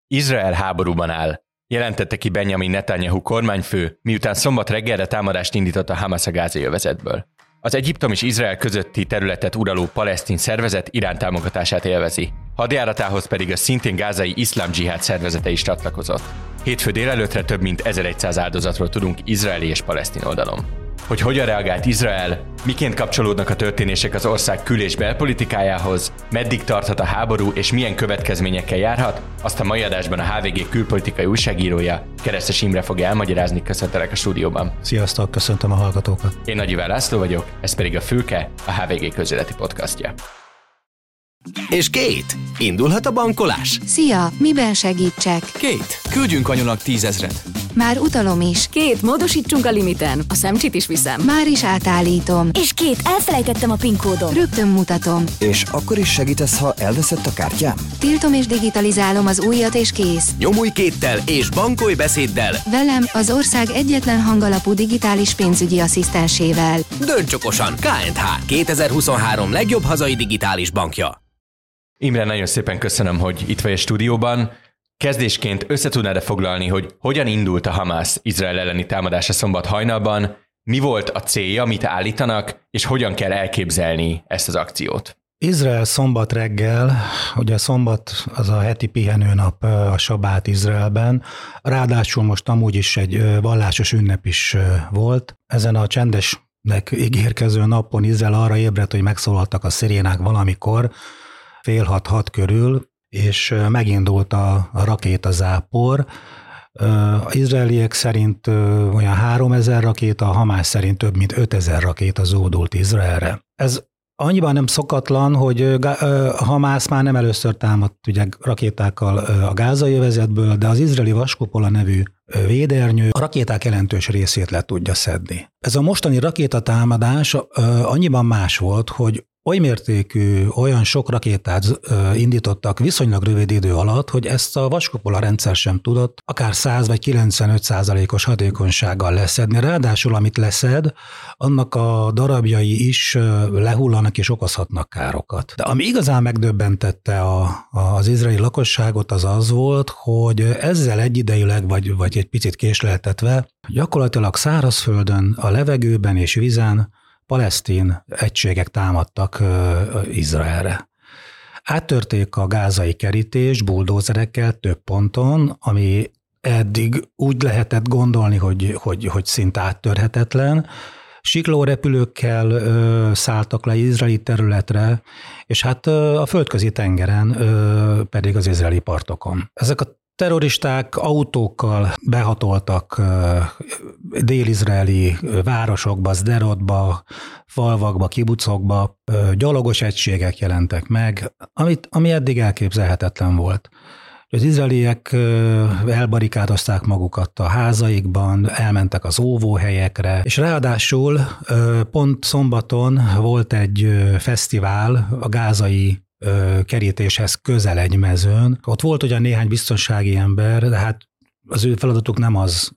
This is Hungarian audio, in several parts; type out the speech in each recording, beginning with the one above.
Izrael háborúban áll, jelentette ki Benjamin Netanyahu kormányfő, miután szombat reggelre támadást indított a Hamas a gázai övezetből. Az Egyiptom és Izrael közötti területet uraló palesztin szervezet Irán támogatását élvezi. Hadjáratához pedig a szintén gázai iszlám dzsihád szervezete is csatlakozott. Hétfő délelőttre több mint 1100 áldozatról tudunk izraeli és palesztin oldalon. Hogy hogyan reagált Izrael, miként kapcsolódnak a történések az ország kül- és belpolitikájához, meddig tarthat a háború és milyen következményekkel járhat, azt a mai adásban a HVG külpolitikai újságírója, Keresztes Imre fog elmagyarázni. Köszöntelek a stúdióban. Sziasztok, köszöntöm a hallgatókat. Én Nagy Iván László vagyok, ez pedig a Fülke, a HVG közéleti podcastja. És Kate, indulhat a bankolás? Szia, miben segítsek? Kate, küldjünk anyunak 10 000. Már utalom is. Kate, módosítsunk a limiten. A szemcsit is viszem. Már is átállítom. És Kate, elfelejtettem a PIN kódot. Rögtön mutatom. És akkor is segítesz, ha elveszett a kártyám? Tiltom és digitalizálom az újat és kész. Nyomulj Kate-tel és bankolj beszéddel. Velem, az ország egyetlen hangalapú digitális pénzügyi asszisztensével. Dönts okosan, KNH 2023 legjobb hazai digitális bankja. Imre, nagyon szépen köszönöm, hogy itt vagy a stúdióban. Kezdésként összetudnád-e foglalni, hogy hogyan indult a Hamas Izrael elleni támadása szombat hajnalban, mi volt a célja, mit állítanak, és hogyan kell elképzelni ezt az akciót? Izrael szombat reggel, ugye szombat az a heti pihenőnap, a sabát Izraelben, ráadásul most amúgy is egy vallásos ünnep is volt. Ezen a csendesnek ígérkező napon Izrael arra ébredt, hogy megszólaltak a szirénák valamikor, 5:30 körül, és megindult a rakétazápor. Az izraeliek szerint olyan 3000 rakéta, a Hamas szerint több mint 5000 rakéta zúdult Izraelre. Ez annyiban nem szokatlan, hogy a Hamas már nem először támadt ugye rakétákkal a gázai övezetből, de az izraeli Vaskupola nevű védernyő a rakéták jelentős részét le tudja szedni. Ez a mostani rakétatámadás annyiban más volt, hogy oly mértékű, olyan sok rakétát indítottak viszonylag rövid idő alatt, hogy ezt a Vaskupola rendszer sem tudott akár 100 vagy 95%-os hatékonysággal leszedni. Ráadásul, amit leszed, annak a darabjai is lehullanak és okozhatnak károkat. De ami igazán megdöbbentette az izraeli lakosságot, az volt, hogy ezzel egyidejűleg, vagy egy picit késleltetve, gyakorlatilag szárazföldön, a levegőben és vízen palesztin egységek támadtak Izraelre. Áttörték a gázai kerítést buldózerekkel több ponton, ami eddig úgy lehetett gondolni, hogy szinte áttörhetetlen. Siklórepülőkkel szálltak le izraeli területre, és hát a földközi tengeren pedig az izraeli partokon. Ezek a terroristák autókkal behatoltak dél-izraeli városokba, Szderotba, falvakba, kibucokba, gyalogos egységek jelentek meg, ami eddig elképzelhetetlen volt. Az izraeliek elbarikádozták magukat a házaikban, elmentek az óvóhelyekre, és ráadásul pont szombaton volt egy fesztivál a gázai kerítéshez közel egy mezőn. Ott volt ugyan néhány biztonsági ember, de hát az ő feladatuk nem az,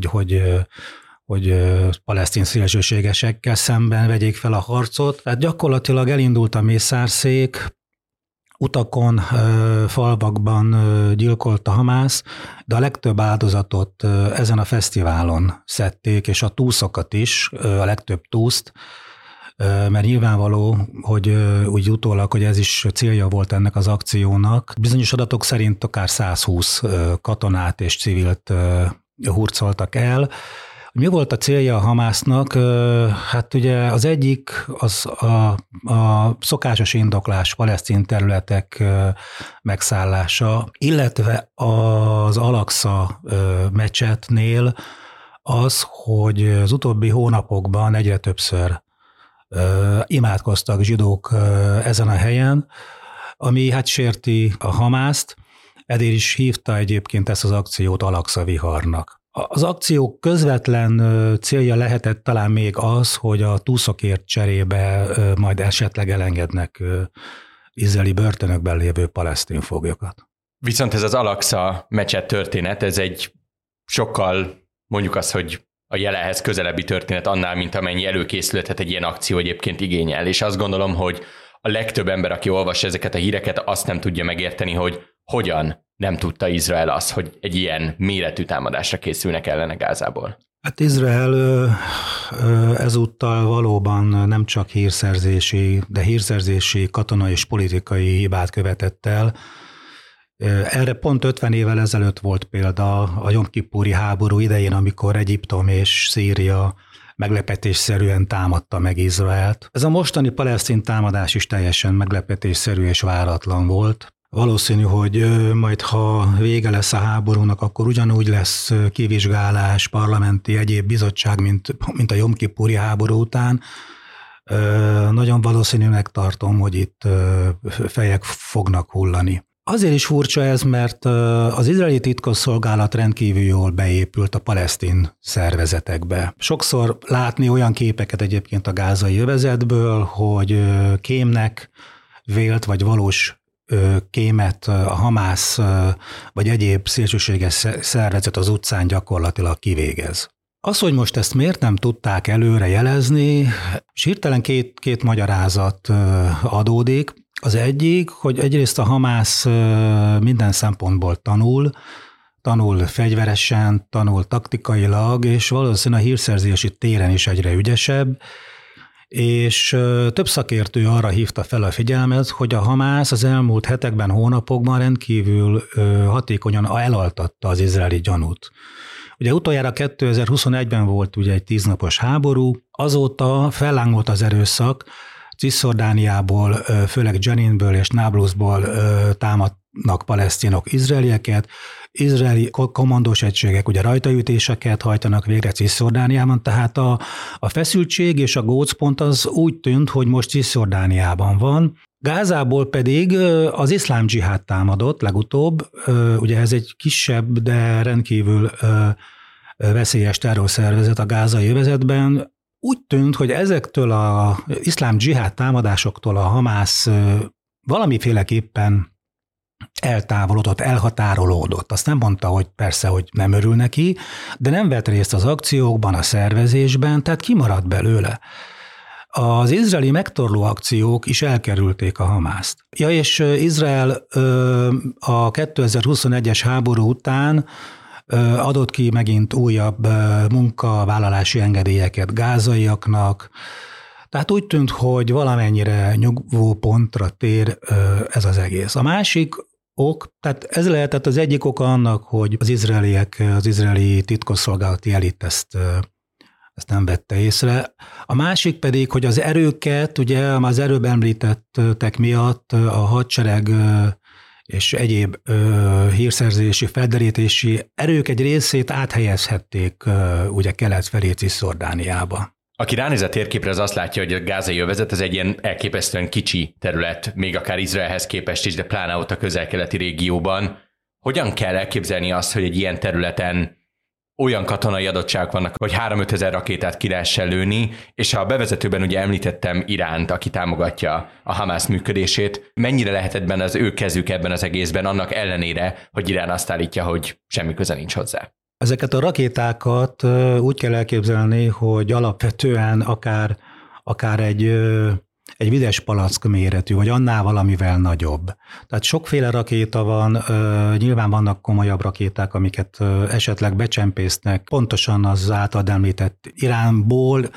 hogy palesztin szélsőségesekkel szemben vegyék fel a harcot. Tehát gyakorlatilag elindult a mészárszék, utakon, falvakban gyilkolt a Hamas, de a legtöbb áldozatot ezen a fesztiválon szedték, és a túszokat is, a legtöbb túszt, mert nyilvánvaló, hogy úgy utólag, hogy ez is célja volt ennek az akciónak. Bizonyos adatok szerint akár 120 katonát és civilt hurcoltak el. Mi volt a célja a Hamasnak? Hát ugye az egyik az a szokásos indoklás, palesztin területek megszállása, illetve az Al-Aqsa mecsetnél az, hogy az utóbbi hónapokban egyre többször imádkoztak zsidók ezen a helyen, ami hát sérti a Hamaszt, ezért is hívta egyébként ezt az akciót Al-Aqsa viharnak. Az akció közvetlen célja lehetett talán még az, hogy a túszokért cserébe majd esetleg elengednek izraeli börtönökben lévő palesztin foglyokat. Viszont ez az Al-Aqsa mecset történet, ez egy sokkal, mondjuk azt, hogy a jelenhez közelebbi történet annál, mint amennyi előkészületet egy ilyen akció egyébként igényel. És azt gondolom, hogy a legtöbb ember, aki olvassa ezeket a híreket, azt nem tudja megérteni, hogy hogyan nem tudta Izrael azt, hogy egy ilyen méretű támadásra készülnek ellene Gázából? Hát Izrael ezúttal valóban nem csak hírszerzési, katonai és politikai hibát követett el. Erre pont 50 évvel ezelőtt volt példa a Jom Kipuri háború idején, amikor Egyiptom és Szíria meglepetésszerűen támadta meg Izraelt. Ez a mostani palesztin támadás is teljesen meglepetésszerű és váratlan volt. Valószínű, hogy majd ha vége lesz a háborúnak, akkor ugyanúgy lesz kivizsgálás, parlamenti egyéb bizottság, mint a Jom Kipuri háború után. Nagyon valószínűnek tartom, hogy itt fejek fognak hullani. Azért is furcsa ez, mert az izraeli titkosszolgálat rendkívül jól beépült a palesztin szervezetekbe. Sokszor látni olyan képeket egyébként a gázai övezetből, hogy kémnek vélt vagy valós kémet a Hamász vagy egyéb szélsőséges szervezet az utcán gyakorlatilag kivégez. Az, hogy most ezt miért nem tudták előre jelezni, és hirtelen két magyarázat adódik. Az egyik, hogy egyrészt a Hamász minden szempontból tanul fegyveresen, tanul taktikailag, és valószínűleg a hírszerzési téren is egyre ügyesebb, és több szakértő arra hívta fel a figyelmet, hogy a Hamász az elmúlt hetekben, hónapokban rendkívül hatékonyan elaltatta az izraeli gyanút. Ugye utoljára 2021-ben volt ugye egy 10 napos háború, azóta fellángolt az erőszak, Ciszjordániából, főleg Jeninből és Nablusból támadnak palesztinok izraelieket, izraeli kommandós egységek ugye rajtaütéseket hajtanak végre Ciszjordániában, tehát a feszültség és a gócpont az úgy tűnt, hogy most Ciszjordániában van. Gázából pedig az iszlám dzsihád támadott legutóbb, ugye ez egy kisebb, de rendkívül veszélyes terrorszervezet a gázai övezetben. Úgy tűnt, hogy ezektől az iszlám dzsihád támadásoktól a Hamász valamiféleképpen eltávolodott, elhatárolódott. Azt nem mondta, hogy persze, hogy nem örül neki, de nem vett részt az akciókban, a szervezésben, tehát kimaradt belőle. Az izraeli megtorló akciók is elkerülték a Hamászt. Ja, és Izrael a 2021-es háború után adott ki megint újabb munkavállalási engedélyeket gázaiaknak, tehát úgy tűnt, hogy valamennyire nyugvó pontra tér ez az egész. A másik ok, tehát ez lehetett az egyik oka annak, hogy az izraeli titkosszolgálati elit ezt nem vette észre. A másik pedig, hogy az erőket, ugye az előbb említettek miatt a hadsereg és egyéb hírszerzési, felderítési erők egy részét áthelyezhették ugye kelet felé Ciszjordániába. Aki ránéz a térképre, az azt látja, hogy a gázai övezet az egy ilyen elképesztően kicsi terület, még akár Izraelhez képest is, de pláne ott a közel-keleti régióban. Hogyan kell elképzelni azt, hogy egy ilyen területen olyan katonai adottságok vannak, hogy 3-5 ezer rakétát ki lehessen lőni, és a bevezetőben ugye említettem Iránt, aki támogatja a Hamász működését. Mennyire lehetett benne az ő kezük ebben az egészben, annak ellenére, hogy Irán azt állítja, hogy semmi köze nincs hozzá? Ezeket a rakétákat úgy kell elképzelni, hogy alapvetően akár egy vides palack méretű, vagy annál valamivel nagyobb. Tehát sokféle rakéta van, nyilván vannak komolyabb rakéták, amiket esetleg becsempésznek. Pontosan az által említett Iránból,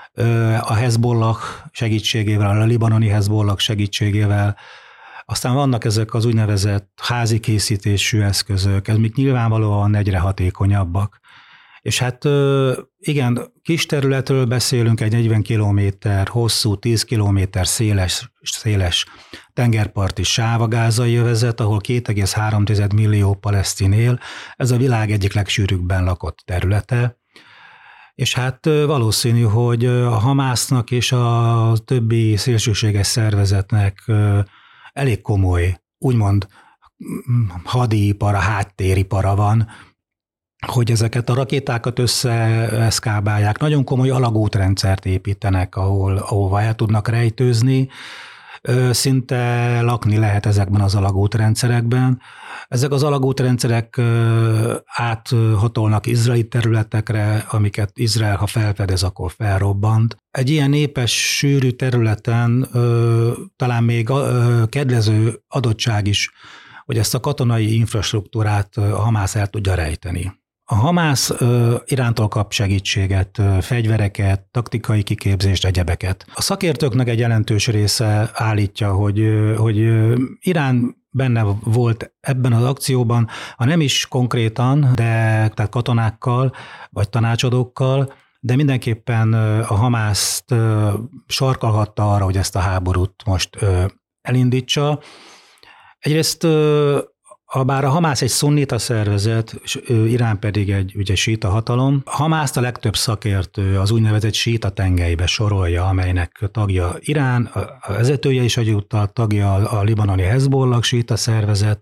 a Hezbollah segítségével, a libanoni Hezbollah segítségével. Aztán vannak ezek az úgynevezett házi készítésű eszközök, ezek nyilvánvalóan egyre hatékonyabbak. És hát igen, kis területről beszélünk, egy 40 kilométer hosszú, 10 kilométer széles tengerparti sáv a gázai övezet, ahol 2,3 millió palesztin él. Ez a világ egyik legsűrűbben lakott területe. És hát valószínű, hogy a Hamásznak és a többi szélsőséges szervezetnek elég komoly, úgymond hadipara, háttéripara van, hogy ezeket a rakétákat összeeszkábálják. Nagyon komoly alagútrendszert építenek, ahova el tudnak rejtőzni. Szinte lakni lehet ezekben az alagútrendszerekben. Ezek az alagútrendszerek áthatolnak izraeli területekre, amiket Izrael, ha felfedez, akkor felrobbant. Egy ilyen népes, sűrű területen talán még kedvező adottság is hogy ezt a katonai infrastruktúrát a Hamász el tudja rejteni. A Hamász Irántól kap segítséget, fegyvereket, taktikai kiképzést, egyebeket. A szakértőknek egy jelentős része állítja, hogy Irán benne volt ebben az akcióban, ha nem is konkrétan, de tehát katonákkal vagy tanácsadókkal, de mindenképpen a Hamászt sarkalhatta arra, hogy ezt a háborút most elindítsa. Egyrészt bár a Hamász egy szunnita szervezet, Irán pedig egy ugye síta hatalom, Hamászt a legtöbb szakértő az úgynevezett síta tengelybe sorolja, amelynek tagja Irán, a vezetője is egyúttal tagja a libanoni Hezbollah síta szervezet,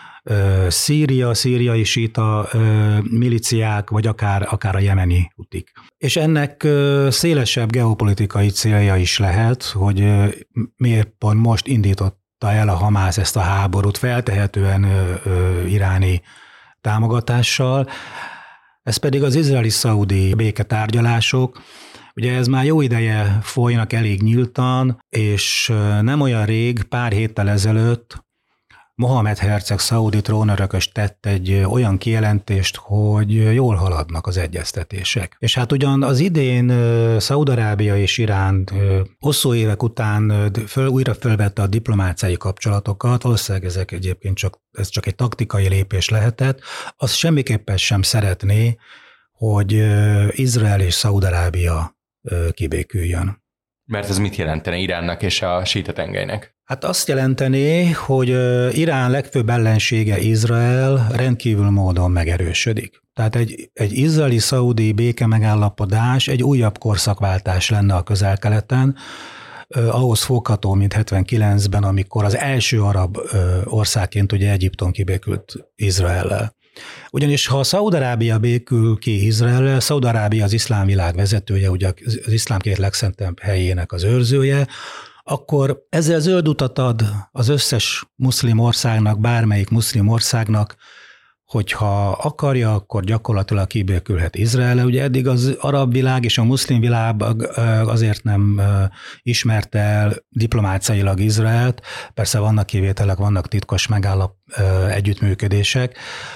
szíriai síta milíciák, vagy akár a jemeni hutik. És ennek szélesebb geopolitikai célja is lehet, hogy miért pont most indított el a Hamász ezt a háborút feltehetően iráni támogatással. Ez pedig az izraeli-szaudi béketárgyalások. Ugye ez már jó ideje folynak elég nyíltan, és nem olyan rég, pár héttel ezelőtt Mohamed herceg szaudi trónörökös tett egy olyan kijelentést, hogy jól haladnak az egyeztetések. És hát ugyan az idén Szaúd-Arábia és Irán hosszú évek után újra fölvette a diplomáciai kapcsolatokat, valószínűleg ezek egyébként ez csak egy taktikai lépés lehetett, az semmiképpen sem szeretné, hogy Izrael és Szaúd-Arábia kibéküljön. Mert ez mit jelentene Iránnak és a síta tengelynek? Hát azt jelentené, hogy Irán legfőbb ellensége Izrael rendkívül módon megerősödik. Tehát egy izraeli-szaudi béke megállapodás egy újabb korszakváltás lenne a Közel-Keleten, ahhoz fogható, mint 79-ben, amikor az első arab országként ugye Egyiptom kibékült Izraellel. Ugyanis ha Szaúd-Arábia békül ki Izraellel, Szaúd-Arábia az iszlám világ vezetője, ugye az iszlám két legszentebb helyének az őrzője, akkor ezzel zöld utat ad az összes muszlim országnak, bármelyik muszlim országnak, hogyha akarja, akkor gyakorlatilag kibékülhet Izraellel. Ugye eddig az arab világ és a muszlim világ azért nem ismerte el diplomáciailag Izraelt, persze vannak kivételek, vannak titkos együttműködések,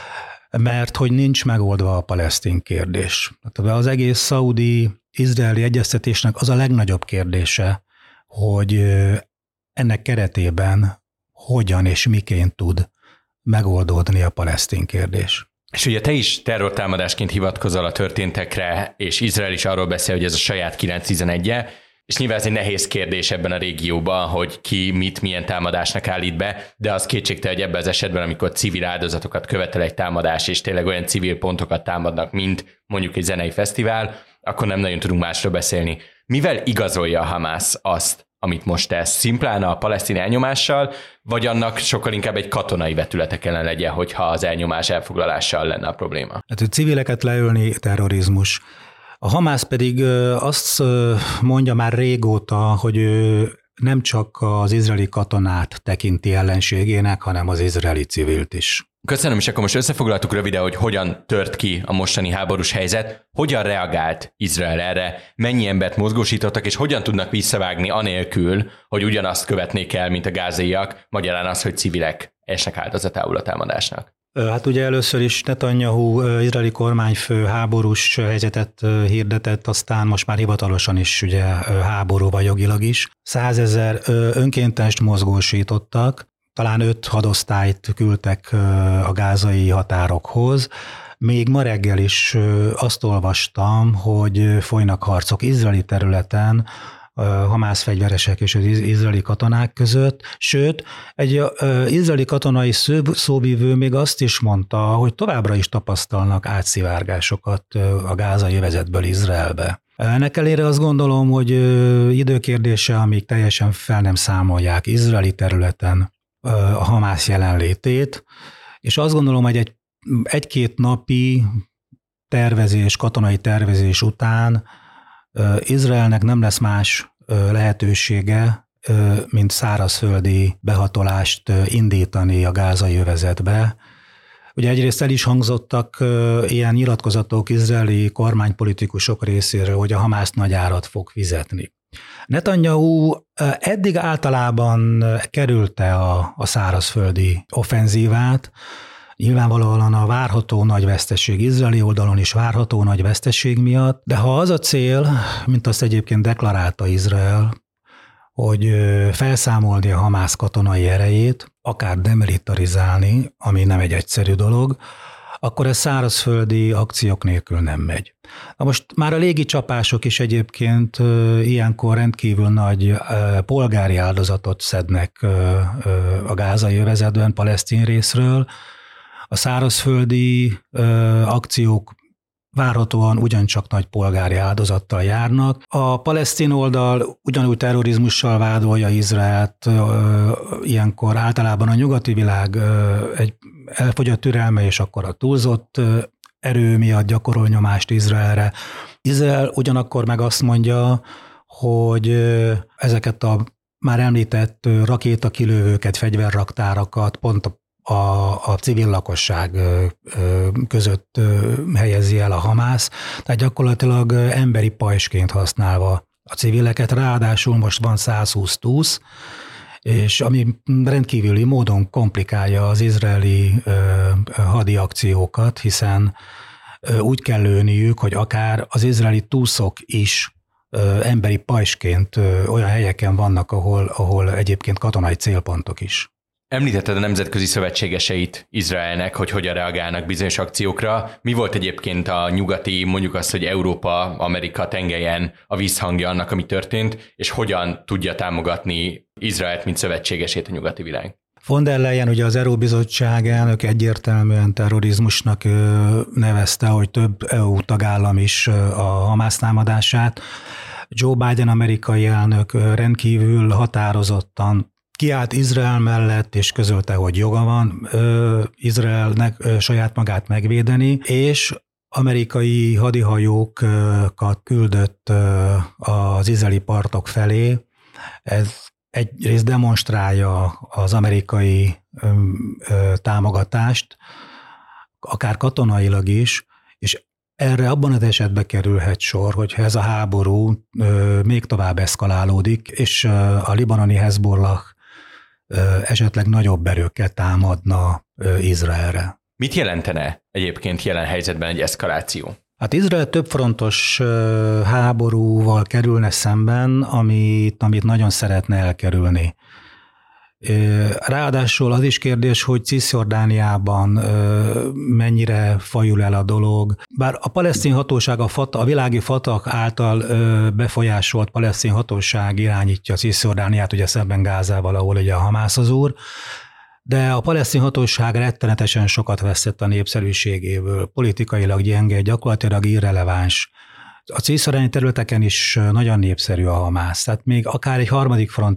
mert hogy nincs megoldva a palesztin kérdés. Az egész szaudi-izraeli egyeztetésnek az a legnagyobb kérdése, hogy ennek keretében hogyan és miként tud megoldódni a palesztin kérdés. És ugye te is terrortámadásként hivatkozol a történtekre, és Izrael is arról beszél, hogy ez a saját 9/11-je, és nyilván ez egy nehéz kérdés ebben a régióban, hogy ki milyen támadásnak állít be, de az kétségtelen, hogy ebben az esetben, amikor civil áldozatokat követel egy támadás, és tényleg olyan civil pontokat támadnak, mint mondjuk egy zenei fesztivál, akkor nem nagyon tudunk másról beszélni. Mivel igazolja a Hamász azt, amit most tesz? Szimplán a palesztin elnyomással, vagy annak sokkal inkább egy katonai vetülete kellene legyen, hogyha az elnyomás elfoglalással lenne a probléma? Hát, hogy civileket leölni terrorizmus. A Hamász pedig azt mondja már régóta, hogy nem csak az izraeli katonát tekinti ellenségének, hanem az izraeli civilt is. Köszönöm, és akkor most összefoglaltuk röviden, hogy hogyan tört ki a mostani háborús helyzet, hogyan reagált Izrael erre, mennyi embert mozgósítottak, és hogyan tudnak visszavágni anélkül, hogy ugyanazt követnék el, mint a gázaiak, magyarán az, hogy civilek esnek áldozatául a támadásnak. Hát ugye először is Netanyahu izraeli kormányfő háborús helyzetet hirdetett, aztán most már hivatalosan is ugye háborúba jogilag is. 100 000 önkéntest mozgósítottak, talán 5 hadosztályt küldtek a gázai határokhoz. Még ma reggel is azt olvastam, hogy folynak harcok izraeli területen, Hamász fegyveresek és az izraeli katonák között, sőt, egy izraeli katonai szóvivő még azt is mondta, hogy továbbra is tapasztalnak átszivárgásokat a gázai övezetből Izraelbe. Ennek ellenére azt gondolom, hogy időkérdése, amíg teljesen fel nem számolják izraeli területen a Hamász jelenlétét, és azt gondolom, hogy egy-két napi tervezés, katonai tervezés után Izraelnek nem lesz más lehetősége, mint szárazföldi behatolást indítani a gázai övezetbe. Ugye egyrészt el is hangzottak ilyen nyilatkozatok izraeli kormánypolitikusok részéről, hogy a Hamász nagy árat fog fizetni. Netanyahu eddig általában kerülte a szárazföldi offenzívát, nyilvánvalóan a várható nagy veszteség, izraeli oldalon is várható nagy veszteség miatt, de ha az a cél, mint azt egyébként deklarálta Izrael, hogy felszámolni a Hamász katonai erejét, akár demilitarizálni, ami nem egy egyszerű dolog, akkor ez szárazföldi akciók nélkül nem megy. Na most már a légicsapások is egyébként ilyenkor rendkívül nagy polgári áldozatot szednek a gázai övezetben, palesztin részről. A szárazföldi akciók várhatóan ugyancsak nagy polgári áldozattal járnak. A palesztin oldal ugyanúgy terrorizmussal vádolja Izraelt, ilyenkor általában a nyugati világ egy elfogyott türelme, és akkor a túlzott erő miatt gyakorol nyomást Izraelre. Izrael ugyanakkor meg azt mondja, hogy ezeket a már említett rakétakilövőket, fegyverraktárakat pont a civil lakosság között helyezi el a Hamász, tehát gyakorlatilag emberi pajsként használva a civileket, ráadásul most van 120 túsz, és ami rendkívüli módon komplikálja az izraeli hadi akciókat, hiszen úgy kell lőniük, hogy akár az izraeli túszok is emberi pajsként olyan helyeken vannak, ahol egyébként katonai célpontok is. Említetted a nemzetközi szövetségeseit Izraelnek, hogy hogyan reagálnak bizonyos akciókra. Mi volt egyébként a nyugati, mondjuk azt, hogy Európa, Amerika tengelyen a visszhangja annak, ami történt, és hogyan tudja támogatni Izraelt, mint szövetségesét a nyugati világ? Von der Leyen, ugye az Euróbizottság elnök egyértelműen terrorizmusnak nevezte, hogy több EU tagállam is a Hamász támadását. Joe Biden amerikai elnök rendkívül határozottan kiállt Izrael mellett, és közölte, hogy joga van Izraelnek saját magát megvédeni, és amerikai hadihajókat küldött az izraeli partok felé. Ez egyrészt demonstrálja az amerikai támogatást, akár katonailag is, és erre abban az esetben kerülhet sor, hogyha ez a háború még tovább eszkalálódik, és a libanoni Hezbollah esetleg nagyobb erőkkel támadna Izraelre. Mit jelentene egyébként jelen helyzetben egy eszkaláció? Hát Izrael többfrontos háborúval kerülne szemben, amit nagyon szeretne elkerülni. Ráadásul az is kérdés, hogy Cisjordániában mennyire fajul el a dolog. Bár a palesztin hatóság, a világi Fatah által befolyásolt palesztin hatóság irányítja Cisjordániát, ugye szemben Gázával, ahol ugye a Hamász az úr, de a palesztin hatóság rettenetesen sokat vesztett a népszerűségéből, politikailag gyenge, gyakorlatilag irreleváns. A cisjordániai területeken is nagyon népszerű a Hamász, tehát még akár egy harmadik front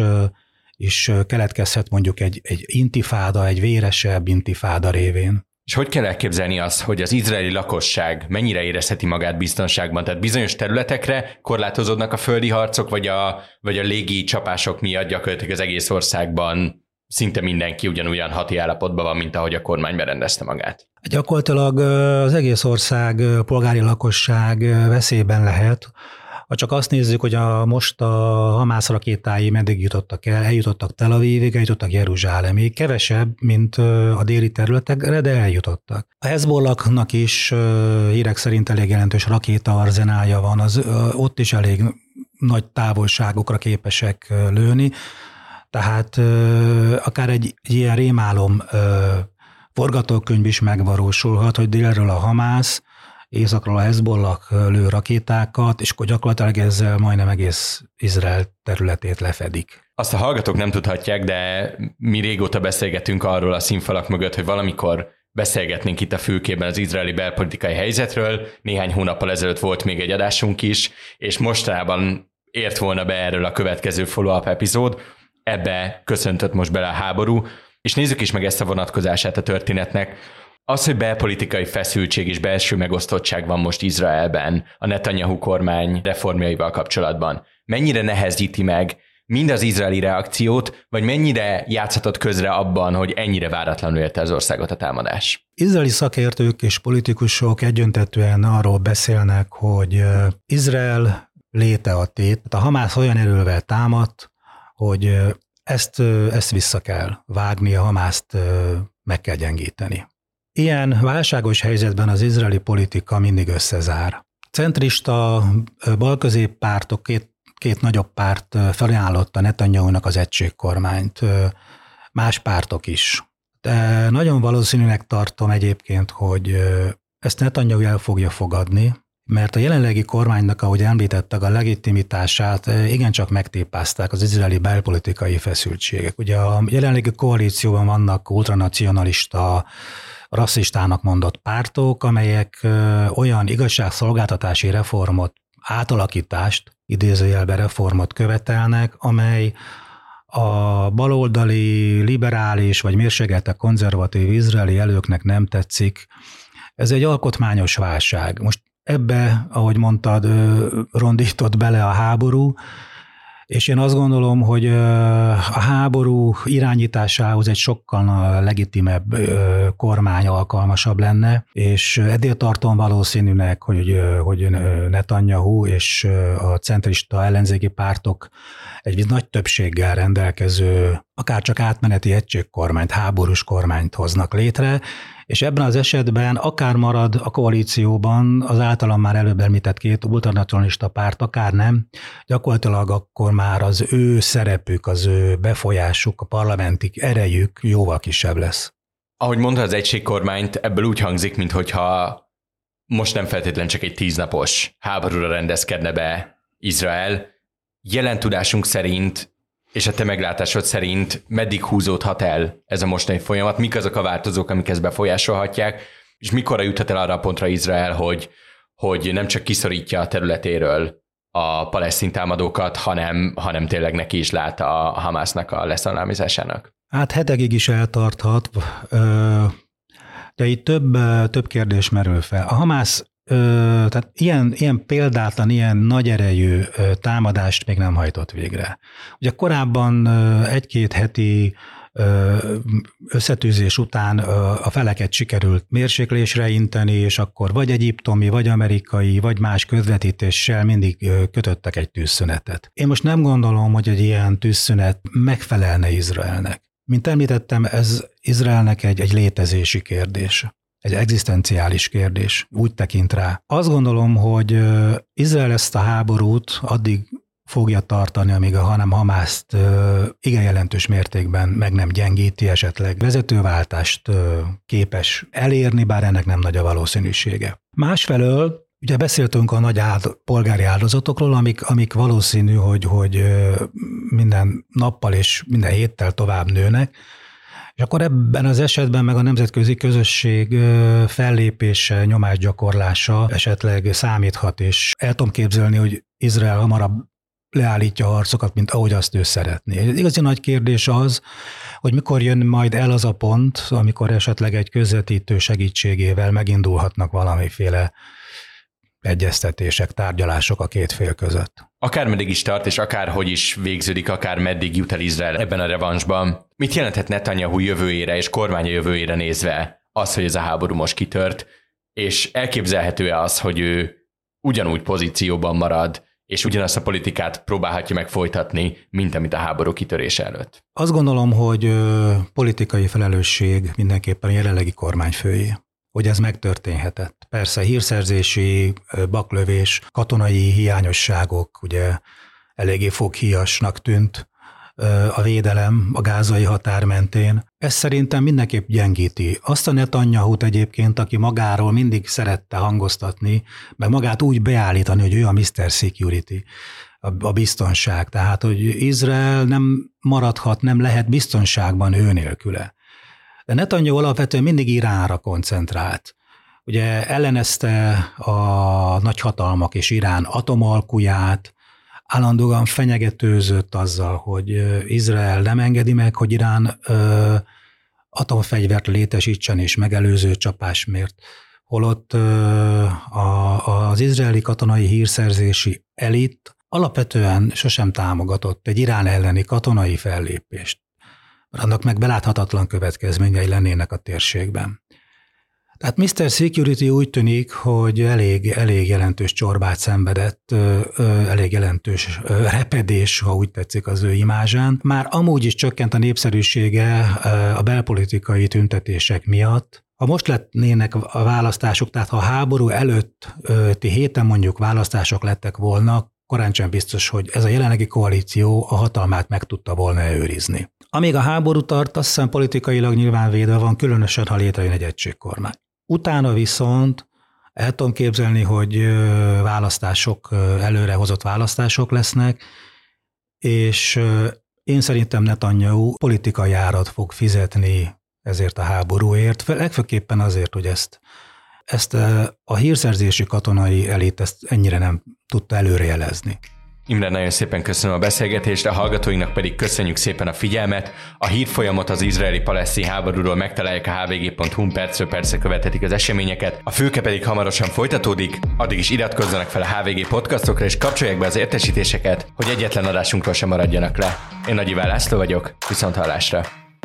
is keletkezhet mondjuk egy intifáda, egy véresebb intifáda révén. És hogy kell elképzelni azt, hogy az izraeli lakosság mennyire érezheti magát biztonságban? Tehát bizonyos területekre korlátozódnak a földi harcok, vagy a légi csapások miatt gyakorlatilag az egész országban szinte mindenki ugyanolyan hati állapotban van, mint ahogy a kormány berendezte magát? Gyakorlatilag az egész ország polgári lakosság veszélyben lehet. Ha csak azt nézzük, hogy most a Hamász rakétái meddig jutottak el, eljutottak Tel Avivig, eljutottak Jeruzsálemig, kevesebb, mint a déli területekre, de eljutottak. A Hezbollahnak is hírek szerint elég jelentős rakétaarzenálja van, ott is elég nagy távolságokra képesek lőni, tehát akár egy ilyen rémálom forgatókönyv is megvalósulhat, hogy délről a Hamász, északról a Hezbollah lő rakétákat, és akkor gyakorlatilag ezzel majdnem egész Izrael területét lefedik. Azt a hallgatók nem tudhatják, de mi régóta beszélgetünk arról a színfalak mögött, hogy valamikor beszélgetnénk itt a Fülkében az izraeli belpolitikai helyzetről. Néhány hónappal ezelőtt volt még egy adásunk is, és mostanában ért volna be erről a következő follow-up epizód. Ebbe köszöntött most bele a háború, és nézzük is meg ezt a vonatkozását a történetnek. Az, hogy belpolitikai feszültség és belső megosztottság van most Izraelben a Netanyahu kormány reformjaival kapcsolatban, mennyire nehezíti meg mind az izraeli reakciót, vagy mennyire játszhatott közre abban, hogy ennyire váratlanul érte az országot a támadás? Izraeli szakértők és politikusok egyöntetűen arról beszélnek, hogy Izrael léte a tét. A Hamász olyan erővel támadt, hogy ezt vissza kell vágni, a Hamászt meg kell gyengíteni. Ilyen válságos helyzetben az izraeli politika mindig összezár. Centrista balközép pártok, két nagyobb párt felajánlotta Netanyahunak az egységkormányt, más pártok is. De nagyon valószínűleg tartom egyébként, hogy ezt Netanyahu el fogja fogadni, mert a jelenlegi kormánynak, ahogy említettek, a legitimitását igencsak megtépázták az izraeli belpolitikai feszültségek. Ugye a jelenlegi koalícióban vannak ultranacionalista, rasszistának mondott pártok, amelyek olyan igazságszolgáltatási reformot, átalakítást, idézőjelben reformot követelnek, amely a baloldali, liberális vagy mérsékelten konzervatív izraeli előknek nem tetszik. Ez egy alkotmányos válság. Most ebbe, ahogy mondtad, rondított bele a háború, és én azt gondolom, hogy a háború irányításához egy sokkal legitimebb kormány alkalmasabb lenne, és ezért tartom valószínűnek, hogy Netanyahu és a centrista ellenzéki pártok egy nagy többséggel rendelkező, akár csak átmeneti egységkormányt, háborús kormányt hoznak létre, és ebben az esetben akár marad a koalícióban az általam már előbb említett két ultranacionalista párt, akár nem, gyakorlatilag akkor már az ő szerepük, az ő befolyásuk, a parlamenti erejük jóval kisebb lesz. Ahogy mondta, az egységkormányt ebből úgy hangzik, minthogyha most nem feltétlenül csak egy 10 napos háborúra rendezkedne be Izrael. Jelen tudásunk szerint és a te meglátásod szerint meddig húzódhat el ez a mostani folyamat? Mik azok a változók, amik ezt befolyásolhatják? És mikorra juthat el arra a pontra Izrael, hogy nem csak kiszorítja a területéről a palesztin támadókat, hanem tényleg neki is lát a Hamásznak a leszallámizásának? Hát hetekig is eltarthat, de itt több kérdés merül fel. A Hamász tehát ilyen példátlan, ilyen nagy erejű támadást még nem hajtott végre. Ugye korábban egy-két heti összetűzés után a feleket sikerült mérséklésre inteni, és akkor vagy egyiptomi, vagy amerikai, vagy más közvetítéssel mindig kötöttek egy tűzszünetet. Én most nem gondolom, hogy egy ilyen tűzszünet megfelelne Izraelnek. Mint említettem, ez Izraelnek egy létezési kérdés. Egy egzisztenciális kérdés, úgy tekint rá. Azt gondolom, hogy Izrael ezt a háborút addig fogja tartani, amíg a Hamászt igen jelentős mértékben meg nem gyengíti, esetleg vezetőváltást képes elérni, bár ennek nem nagy a valószínűsége. Másfelől, ugye beszéltünk a nagy polgári áldozatokról, amik valószínű, hogy minden nappal és minden héttel tovább nőnek, és akkor ebben az esetben meg a nemzetközi közösség fellépése, nyomásgyakorlása esetleg számíthat, és el tudom képzelni, hogy Izrael hamarabb leállítja a harcokat, mint ahogy azt ő szeretné. Egy igazi nagy kérdés az, hogy mikor jön majd el az a pont, amikor esetleg egy közvetítő segítségével megindulhatnak valamiféle egyeztetések, tárgyalások a két fél között. Akármeddig is tart, és akárhogy is végződik, akár meddig jut el Izrael ebben a revansban. Mit jelenthet Netanyahu jövőjére és kormánya jövőjére nézve az, hogy ez a háború most kitört, és elképzelhető-e az, hogy ő ugyanúgy pozícióban marad, és ugyanazt a politikát próbálhatja meg folytatni, mint amit a háború kitörése előtt? Azt gondolom, hogy politikai felelősség mindenképpen a jelenlegi kormányfői, hogy ez megtörténhetett. Persze hírszerzési, baklövés, katonai hiányosságok, ugye eléggé foghíjasnak tűnt a védelem a gázai határ mentén. Ez szerintem mindenképp gyengíti. Azt a Netanyahut egyébként, aki magáról mindig szerette hangoztatni, meg magát úgy beállítani, hogy ő a Mr. Security, a biztonság. Tehát, hogy Izrael nem maradhat, nem lehet biztonságban ő nélküle. De Netanyahu alapvetően mindig Iránra koncentrált. Ugye ellenezte a nagyhatalmak és Irán atomalkuját, állandóan fenyegetőzött azzal, hogy Izrael nem engedi meg, hogy Irán atomfegyvert létesítsen és megelőző csapásmért. Holott az izraeli katonai hírszerzési elit alapvetően sosem támogatott egy Irán elleni katonai fellépést. Annak meg beláthatatlan következményei lennének a térségben. Tehát Mr. Security úgy tűnik, hogy elég jelentős csorbát szenvedett, elég jelentős repedés, ha úgy tetszik, az ő imázsán. Már amúgy is csökkent a népszerűsége a belpolitikai tüntetések miatt. Ha most lennének a választások, tehát ha a háború előtti héten mondjuk választások lettek volna, korántsem biztos, hogy ez a jelenlegi koalíció a hatalmát meg tudta volna őrizni. Amíg a háború tart, azt hiszem politikailag nyilván védve van, különösen, ha létrejön egy egységkormány. Utána viszont el tudom képzelni, hogy előrehozott választások lesznek, és én szerintem Netanyahu politikai árat fog fizetni ezért a háborúért, legfőképpen azért, hogy ezt a hírszerzési katonai elit ezt ennyire nem tudta előrejelezni. Imre, nagyon szépen köszönöm a beszélgetést, a hallgatóinknak pedig köszönjük szépen a figyelmet. A hírfolyamot az izraeli-palesztin háborúról megtalálják a hvg.hu-n, percről percre követhetik az eseményeket. A fülke pedig hamarosan folytatódik, addig is iratkozzanak fel a HVG podcastokra és kapcsolják be az értesítéseket, hogy egyetlen adásunkról sem maradjanak le. Én Nagy Iván László vagyok, viszonthallásra.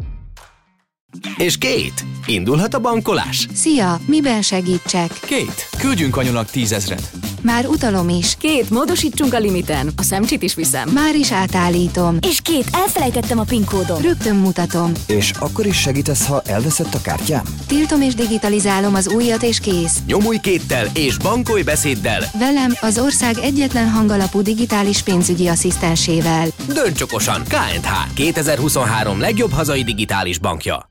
És Kate, indulhat a bankolás? Szia, miben segítsek? Kate, küldjünk anyunak 10 000. Már utalom is. Két, módosítsunk a limiten. A szemcsit is viszem. Már is átállítom. És két, elfelejtettem a PIN kódom. Rögtön mutatom. És akkor is segítesz, ha elveszett a kártyám? Tiltom és digitalizálom az újat és kész. Nyomulj Kate-tel és bankolj beszéddel. Velem az ország egyetlen hangalapú digitális pénzügyi asszisztensével. Dönts okosan! K&H 2023 legjobb hazai digitális bankja.